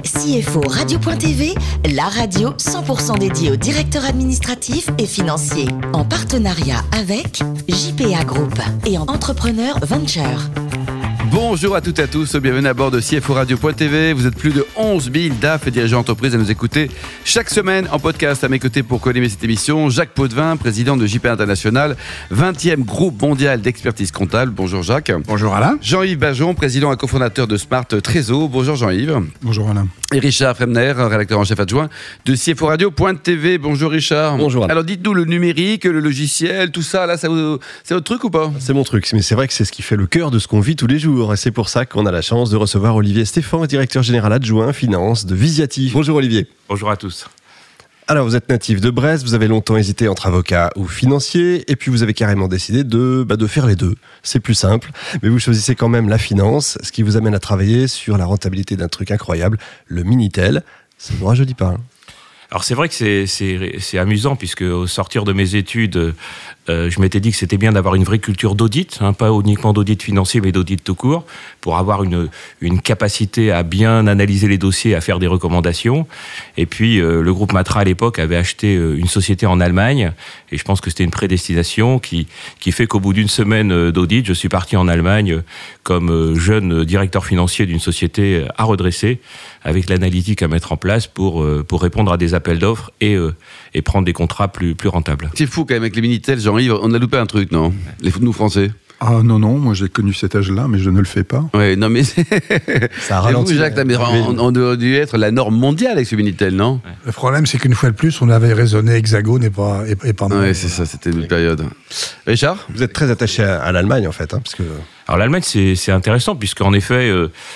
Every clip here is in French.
CFO Radio.tv, la radio 100% dédiée aux directeurs administratifs et financiers. En partenariat avec JPA Group et en Entrepreneur Venture. Bonjour à toutes et à tous, bienvenue à bord de CFO Radio.tv. Vous êtes plus de 11 000 DAF et dirigeants d'entreprise à nous écouter chaque semaine en podcast. À mes côtés pour co-animer cette émission, Jacques Potvin, président de JPA International, 20e groupe mondial d'expertise comptable. Bonjour Jacques. Bonjour Alain. Jean-Yves Bajon, président et cofondateur de Smart Trésor. Bonjour Jean-Yves. Bonjour Alain. Et Richard Fremner, rédacteur en chef adjoint de CFO Radio.tv. Bonjour Richard. Bonjour Alain. Alors dites-nous, le numérique, le logiciel, tout ça, là, c'est votre truc ou pas ? C'est mon truc, mais c'est vrai que c'est ce qui fait le cœur de ce qu'on vit tous les jours. Et c'est pour ça qu'on a la chance de recevoir Olivier Stéphan, directeur général adjoint finance de Visiati. Bonjour Olivier. Bonjour à tous. Alors vous êtes natif de Brest, vous avez longtemps hésité entre avocat ou financier, et puis vous avez carrément décidé de faire les deux. C'est plus simple, mais vous choisissez quand même la finance, ce qui vous amène à travailler sur la rentabilité d'un truc incroyable, le Minitel. Ça ne vous rajeunit pas, hein. Alors c'est vrai que c'est amusant, puisque au sortir de mes études, je m'étais dit que c'était bien d'avoir une vraie culture d'audit, pas uniquement d'audit financier, mais d'audit tout court, pour avoir une capacité à bien analyser les dossiers, à faire des recommandations. Et puis le groupe Matra à l'époque avait acheté une société en Allemagne, et je pense que c'était une prédestination qui fait qu'au bout d'une semaine d'audit, je suis parti en Allemagne comme jeune directeur financier d'une société à redresser, avec l'analytique à mettre en place pour répondre à des appels d'offres et prendre des contrats plus rentables. C'est fou quand même avec les Minitel, Jean-Yves, on a loupé un truc, non ? Nous Français. Ah non, moi j'ai connu cet âge-là, mais je ne le fais pas. Oui, non mais ça a ralenti. Vous, Jacques, on aurait dû être la norme mondiale avec ce Minitel, non ? Le problème, c'est qu'une fois de plus, on avait raisonné Hexagone et pas nous. Oui, c'est ça, c'était une période. Richard ? Vous êtes très attaché à l'Allemagne en fait, parce que... Alors l'Allemagne, c'est intéressant, puisqu'en effet,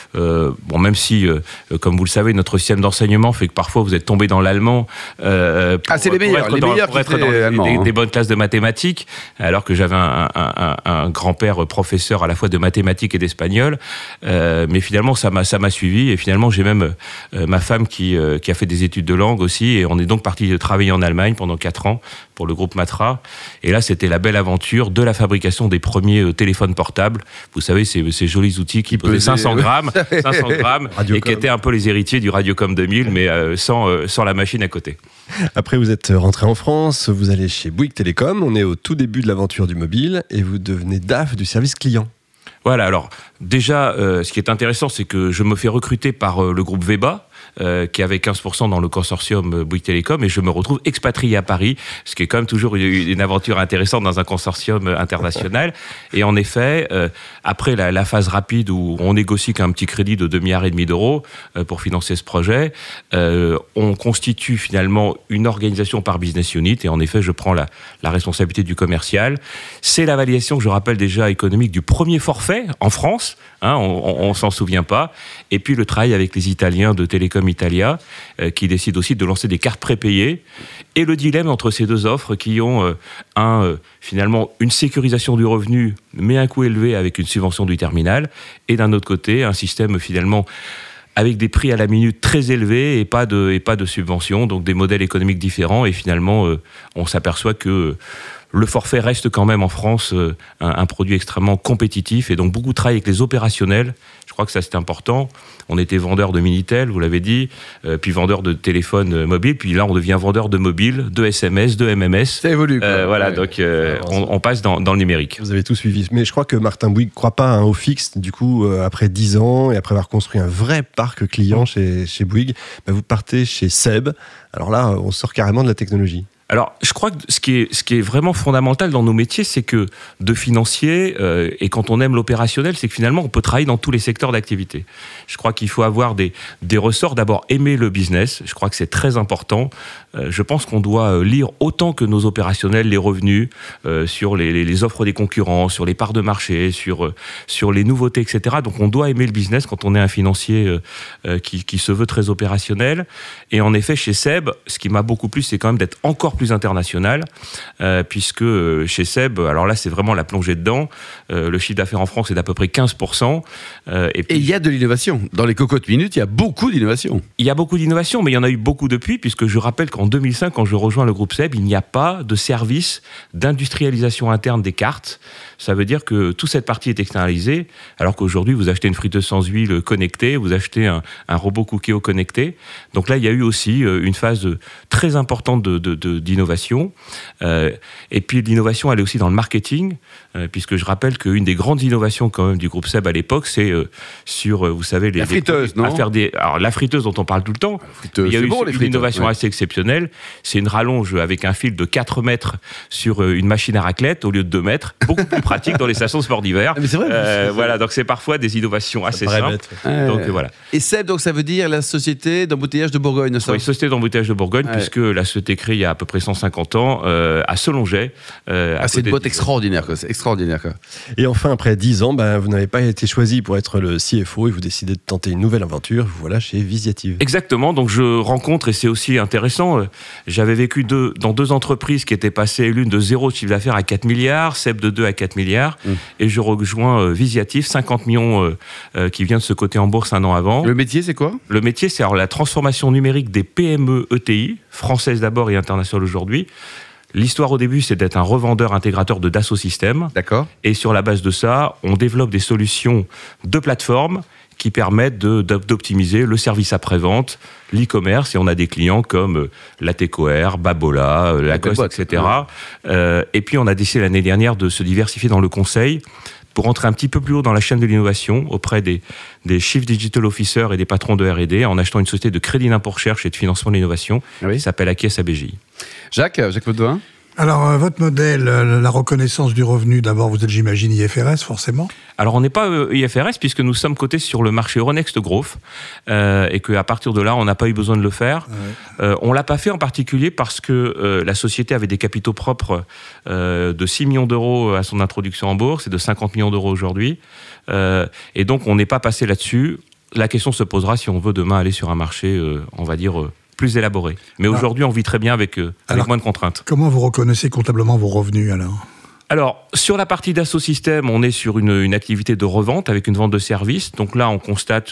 même si, comme vous le savez, notre système d'enseignement fait que parfois vous êtes tombé dans l'allemand. C'est les meilleurs pour être dans des bonnes classes de mathématiques, alors que j'avais un grand-père professeur à la fois de mathématiques et d'espagnol. Mais finalement, ça m'a suivi, et finalement, j'ai même ma femme qui a fait des études de langue aussi, et on est donc parti travailler en Allemagne pendant 4 ans pour le groupe Matra. Et là, c'était la belle aventure de la fabrication des premiers téléphones portables. Vous savez, ces jolis outils qui pesaient 500 grammes et qui étaient un peu les héritiers du Radiocom 2000, mais sans la machine à côté. Après, vous êtes rentré en France, vous allez chez Bouygues Télécom, on est au tout début de l'aventure du mobile, et vous devenez DAF du service client. Voilà, alors déjà, ce qui est intéressant, c'est que je me fais recruter par le groupe Veba, qui avait 15% dans le consortium Bouygues Télécom, et je me retrouve expatrié à Paris, ce qui est quand même toujours une aventure intéressante dans un consortium international. Et en effet, après la phase rapide où on négocie qu'un petit crédit de 2,5 milliards d'euros pour financer ce projet, on constitue finalement une organisation par business unit, et en effet, je prends la responsabilité du commercial. C'est la validation, je rappelle déjà, économique du premier forfait en France, on s'en souvient pas, et puis le travail avec les Italiens de Telecom Italia, qui décident aussi de lancer des cartes prépayées, et le dilemme entre ces deux offres qui ont finalement une sécurisation du revenu, mais un coût élevé avec une subvention du terminal, et d'un autre côté, un système finalement avec des prix à la minute très élevés et pas de subvention, donc des modèles économiques différents, et finalement on s'aperçoit que le forfait reste quand même en France un produit extrêmement compétitif, et donc beaucoup de travail avec les opérationnels. Je crois que ça c'est important. On était vendeur de Minitel, vous l'avez dit, puis vendeur de téléphones mobiles, puis là on devient vendeur de mobiles, de SMS, de MMS. Ça évolue. Voilà, ouais. Donc on passe dans le numérique. Vous avez tout suivi. Mais je crois que Martin Bouygues ne croit pas à un haut fixe. Du coup, après 10 ans, et après avoir construit un vrai parc client chez Bouygues, vous partez chez SEB. Alors là, on sort carrément de la technologie. Alors, je crois que ce qui est vraiment fondamental dans nos métiers, c'est que de financier, et quand on aime l'opérationnel, c'est que finalement, on peut travailler dans tous les secteurs d'activité. Je crois qu'il faut avoir des ressorts, d'abord aimer le business. Je crois que c'est très important. Je pense qu'on doit lire autant que nos opérationnels les revenus sur les offres des concurrents, sur les parts de marché, sur les nouveautés, etc. Donc, on doit aimer le business quand on est un financier qui se veut très opérationnel. Et en effet, chez SEB, ce qui m'a beaucoup plu, c'est quand même d'être encore plus international, puisque chez SEB, alors là c'est vraiment la plongée dedans, le chiffre d'affaires en France est d'à peu près 15%. Et il y a de l'innovation. Dans les cocottes minutes, il y a beaucoup d'innovation. Il y a beaucoup d'innovation, mais il y en a eu beaucoup depuis, puisque je rappelle qu'en 2005, quand je rejoins le groupe SEB, il n'y a pas de service d'industrialisation interne des cartes. ça veut dire que toute cette partie est externalisée, alors qu'aujourd'hui, vous achetez une friteuse sans huile connectée, vous achetez un robot Cookéo connecté. Donc là, il y a eu aussi une phase très importante d'innovation. Et puis l'innovation, elle est aussi dans le marketing, puisque je rappelle qu'une des grandes innovations quand même du groupe SEB à l'époque, c'est sur, vous savez, la friteuse, non ? Alors la friteuse dont on parle tout le temps, il y a eu une innovation assez exceptionnelle. C'est une rallonge avec un fil de 4 mètres sur une machine à raclette au lieu de 2 mètres, beaucoup plus pratique dans les stations de sport d'hiver. Mais c'est vrai. Voilà, donc c'est parfois des innovations assez simples. Donc voilà. Et SEB, donc ça veut dire la société d'embouteillage de Bourgogne, ça ? Oui, société d'embouteillage de Bourgogne, puisque la société créée il y a à peu près 150 ans à Selonget. C'est une boîte extraordinaire, quoi. C'est extraordinaire, quoi. Et enfin, après 10 ans, vous n'avez pas été choisi pour être le CFO et vous décidez de tenter une nouvelle aventure. Vous voilà chez Visiative. Exactement. Donc je rencontre, et c'est aussi intéressant, j'avais vécu dans 2 entreprises qui étaient passées, l'une de 0 de chiffre d'affaires à 4 milliards, SEB de 2 à 4 milliards, et je rejoins Visiative, 50 millions qui vient de se coter en bourse un an avant. Le métier, c'est quoi ? Le métier, c'est alors la transformation numérique des PME ETI, françaises d'abord et internationales aujourd'hui. L'histoire au début, c'est d'être un revendeur intégrateur de Dassault Systèmes. D'accord. Et sur la base de ça, on développe des solutions de plateforme qui permettent d'optimiser le service après-vente, l'e-commerce, et on a des clients comme la Tecoer, Babola, Lacoste, etc. Et puis on a décidé l'année dernière de se diversifier dans le conseil pour entrer un petit peu plus haut dans la chaîne de l'innovation auprès des Chief Digital Officers et des patrons de R&D en achetant une société de crédit d'impôt recherche et de financement de l'innovation qui s'appelle Acquies ABJ. Jacques Potvin. Alors, votre modèle, la reconnaissance du revenu, d'abord, vous êtes, j'imagine, IFRS, forcément ? Alors, on n'est pas IFRS, puisque nous sommes cotés sur le marché Euronext Growth, et qu'à partir de là, on n'a pas eu besoin de le faire. On ne l'a pas fait en particulier parce que la société avait des capitaux propres de 6 millions d'euros à son introduction en bourse et de 50 millions d'euros aujourd'hui. Et donc, on n'est pas passé là-dessus. La question se posera si on veut demain aller sur un marché, on va dire, plus élaboré. Mais aujourd'hui, on vit très bien avec moins de contraintes. Comment vous reconnaissez comptablement vos revenus, alors ? Alors, sur la partie Dassault Systèmes, on est sur une activité de revente avec une vente de services. Donc là, on constate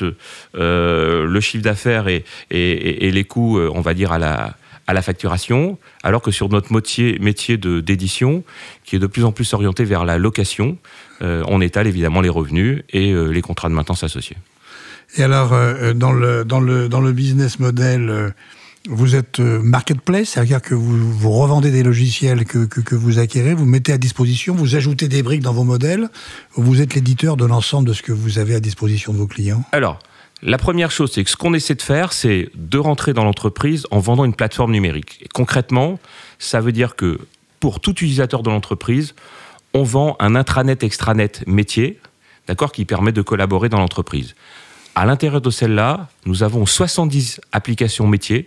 le chiffre d'affaires et les coûts, on va dire, à la facturation, alors que sur notre métier d'édition, qui est de plus en plus orienté vers la location, on étale évidemment les revenus et les contrats de maintenance associés. Et alors, dans le business model, vous êtes marketplace, c'est-à-dire que vous revendez des logiciels que vous acquérez, vous mettez à disposition, vous ajoutez des briques dans vos modèles, ou vous êtes l'éditeur de l'ensemble de ce que vous avez à disposition de vos clients ? Alors, la première chose, c'est que ce qu'on essaie de faire, c'est de rentrer dans l'entreprise en vendant une plateforme numérique. Et concrètement, ça veut dire que pour tout utilisateur de l'entreprise, on vend un intranet, extranet métier, d'accord, qui permet de collaborer dans l'entreprise. À l'intérieur de celle-là, nous avons 70 applications métiers,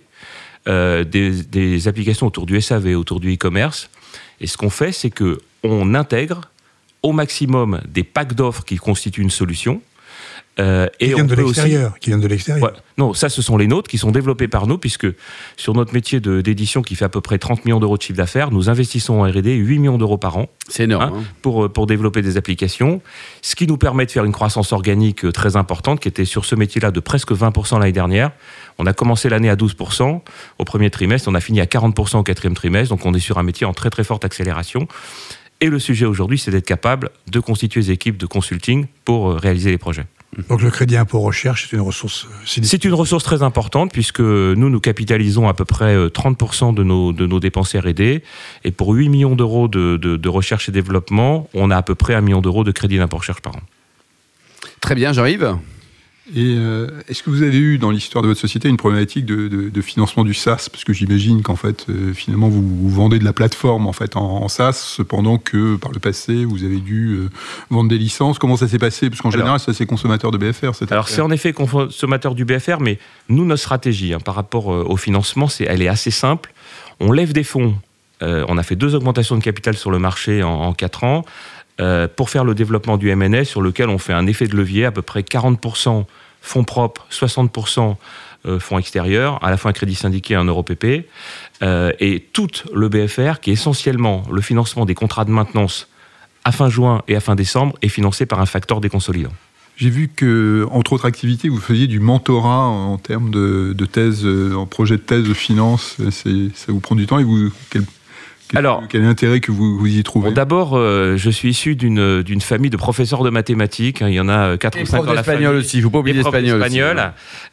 des applications autour du SAV, autour du e-commerce. Et ce qu'on fait, c'est qu'on intègre au maximum des packs d'offres qui constituent une solution. Qui viennent de l'extérieur. Ouais, non, ça, ce sont les nôtres qui sont développés par nous, puisque sur notre métier d'édition qui fait à peu près 30 millions d'euros de chiffre d'affaires, nous investissons en R&D 8 millions d'euros par an. C'est énorme. Pour développer des applications. Ce qui nous permet de faire une croissance organique très importante, qui était sur ce métier-là de presque 20% l'année dernière. On a commencé l'année à 12% au premier trimestre, on a fini à 40% au quatrième trimestre, donc on est sur un métier en très très forte accélération. Et le sujet aujourd'hui, c'est d'être capable de constituer des équipes de consulting pour réaliser les projets. Donc le crédit impôt recherche, c'est une ressource C'est une ressource très importante puisque nous capitalisons à peu près 30% de nos dépenses R&D et pour 8 millions d'euros de recherche et développement, on a à peu près 1 million d'euros de crédit d'impôt recherche par an. Très bien, Jean-Yves. Et est-ce que vous avez eu dans l'histoire de votre société une problématique de financement du SaaS ? Parce que j'imagine qu'en fait, finalement, vous vendez de la plateforme en fait en SaaS, cependant que par le passé, vous avez dû vendre des licences. Comment ça s'est passé ? Parce qu'en général, ça c'est consommateur de BFR. C'est en effet consommateur du BFR, mais nous, notre stratégie par rapport au financement, elle est assez simple. On lève des fonds. On a fait 2 augmentations de capital sur le marché en 4 ans. Pour faire le développement du M&A sur lequel on fait un effet de levier, à peu près 40% fonds propres, 60% fonds extérieurs, à la fois un crédit syndiqué et un EuroPP, et tout le BFR, qui est essentiellement le financement des contrats de maintenance à fin juin et à fin décembre, est financé par un facteur déconsolidant. J'ai vu que, entre autres activités, vous faisiez du mentorat en termes de thèse, en projet de thèse de finance. Ça vous prend du temps et Quel est l'intérêt que vous y trouvez? D'abord, je suis issu d'une famille de professeurs de mathématiques. Il y en a 4 ou 5 dans la famille. L'espagnol aussi, il ne faut pas oublier l'espagnol.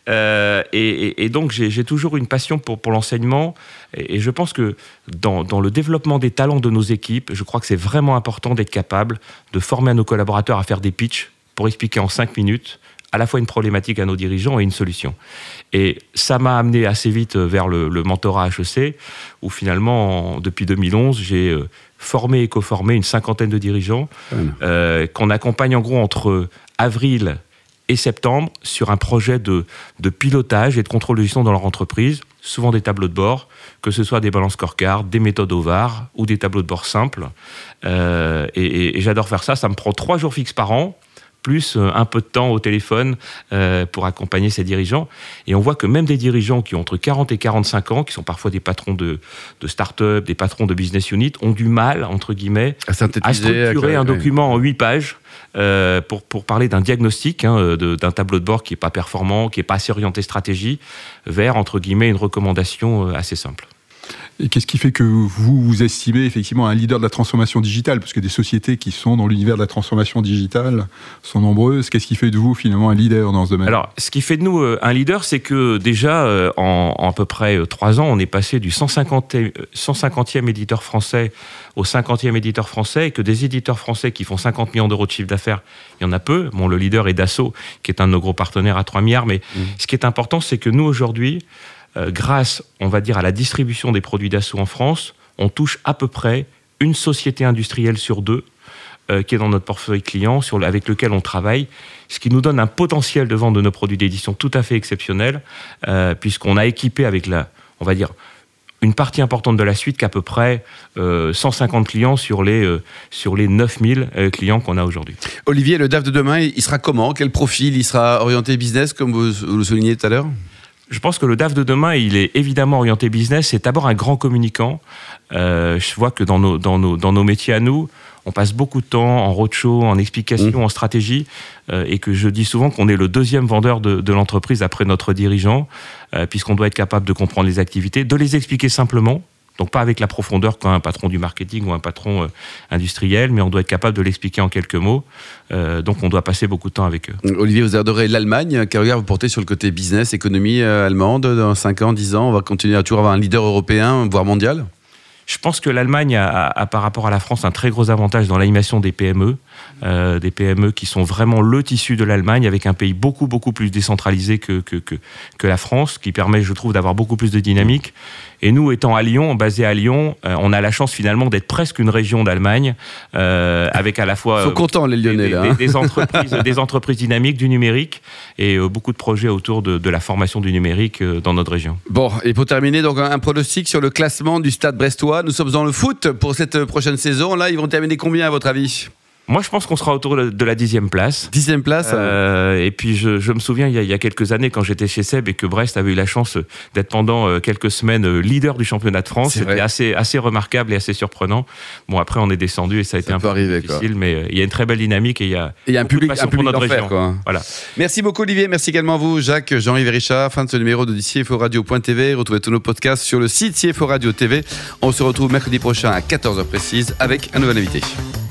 Et donc, j'ai toujours une passion pour l'enseignement. Et je pense que dans le développement des talents de nos équipes, je crois que c'est vraiment important d'être capable de former à nos collaborateurs à faire des pitchs pour expliquer en 5 minutes à la fois une problématique à nos dirigeants et une solution. Et ça m'a amené assez vite vers le mentorat HEC, où finalement, depuis 2011, j'ai formé et co-formé une 50aine de dirigeants qu'on accompagne en gros entre avril et septembre sur un projet de pilotage et de contrôle de gestion dans leur entreprise, souvent des tableaux de bord, que ce soit des balances scorecard, des méthodes OVAR ou des tableaux de bord simples. Et j'adore faire ça. Ça me prend 3 jours fixes par an, plus un peu de temps au téléphone pour accompagner ces dirigeants. Et on voit que même des dirigeants qui ont entre 40 et 45 ans, qui sont parfois des patrons de start-up, des patrons de business unit, ont du mal, entre guillemets, à structurer un document en 8 pages pour parler d'un diagnostic, d'un tableau de bord qui n'est pas performant, qui n'est pas assez orienté stratégie, vers, entre guillemets, une recommandation assez simple. Et qu'est-ce qui fait que vous estimez effectivement un leader de la transformation digitale? Parce que des sociétés qui sont dans l'univers de la transformation digitale sont nombreuses. Qu'est-ce qui fait de vous finalement un leader dans ce domaine? Alors, ce qui fait de nous un leader, c'est que déjà, en à peu près 3 ans, on est passé du 150e éditeur français au 50e éditeur français, et que des éditeurs français qui font 50 millions d'euros de chiffre d'affaires, il y en a peu. Bon, le leader est Dassault, qui est un de nos gros partenaires à 3 milliards. Mais ce qui est important, c'est que nous, aujourd'hui, grâce, on va dire, à la distribution des produits Dassault en France, on touche à peu près une société industrielle sur 2 qui est dans notre portefeuille client, avec lequel on travaille, ce qui nous donne un potentiel de vente de nos produits d'édition tout à fait exceptionnel, puisqu'on a équipé avec on va dire, une partie importante de la suite qu'à peu près 150 clients sur les 9000 clients qu'on a aujourd'hui. Olivier, le DAF de demain, il sera comment? Quel profil? Il sera orienté business, comme vous le soulignez tout à l'heure? Je pense que le DAF de demain, il est évidemment orienté business. C'est d'abord un grand communicant. Je vois que dans nos métiers à nous, on passe beaucoup de temps en roadshow, en explication, en stratégie, et que je dis souvent qu'on est le 2e vendeur de l'entreprise après notre dirigeant, puisqu'on doit être capable de comprendre les activités, de les expliquer simplement. Donc pas avec la profondeur qu'un patron du marketing ou un patron industriel, mais on doit être capable de l'expliquer en quelques mots. Donc on doit passer beaucoup de temps avec eux. Olivier, vous adorez l'Allemagne. Quel regard vous portez sur le côté business, économie allemande? Dans 5 ans, 10 ans, on va continuer à toujours avoir un leader européen, voire mondial? Je pense que l'Allemagne a par rapport à la France un très gros avantage dans l'animation des PME. Des PME qui sont vraiment le tissu de l'Allemagne, avec un pays beaucoup plus décentralisé que la France, qui permet, je trouve, d'avoir beaucoup plus de dynamique. Et nous, étant à Lyon, basés à Lyon, on a la chance finalement d'être presque une région d'Allemagne, avec à la fois ils sont contents, les Lyonnais, des entreprises dynamiques, du numérique, et beaucoup de projets autour de la formation du numérique dans notre région. Bon, et pour terminer, donc un pronostic sur le classement du Stade brestois. Nous sommes dans le foot pour cette prochaine saison. Là, ils vont terminer combien à votre avis? Moi, je pense qu'on sera autour de la 10e place. 10e place. Et puis, je me souviens, il y a quelques années, quand j'étais chez Seb et que Brest avait eu la chance d'être pendant quelques semaines leader du championnat de France. C'était assez remarquable et assez surprenant. Bon, après, on est descendu et ça a été un peu difficile, mais il y a une très belle dynamique et il y a un public pour notre région. Voilà. Merci beaucoup, Olivier. Merci également à vous, Jacques, Jean-Yves et Richard. Fin de ce numéro de CFO Radio.tv. Retrouvez tous nos podcasts sur le site CFO Radio TV. On se retrouve mercredi prochain à 14h précise avec un nouvel invité.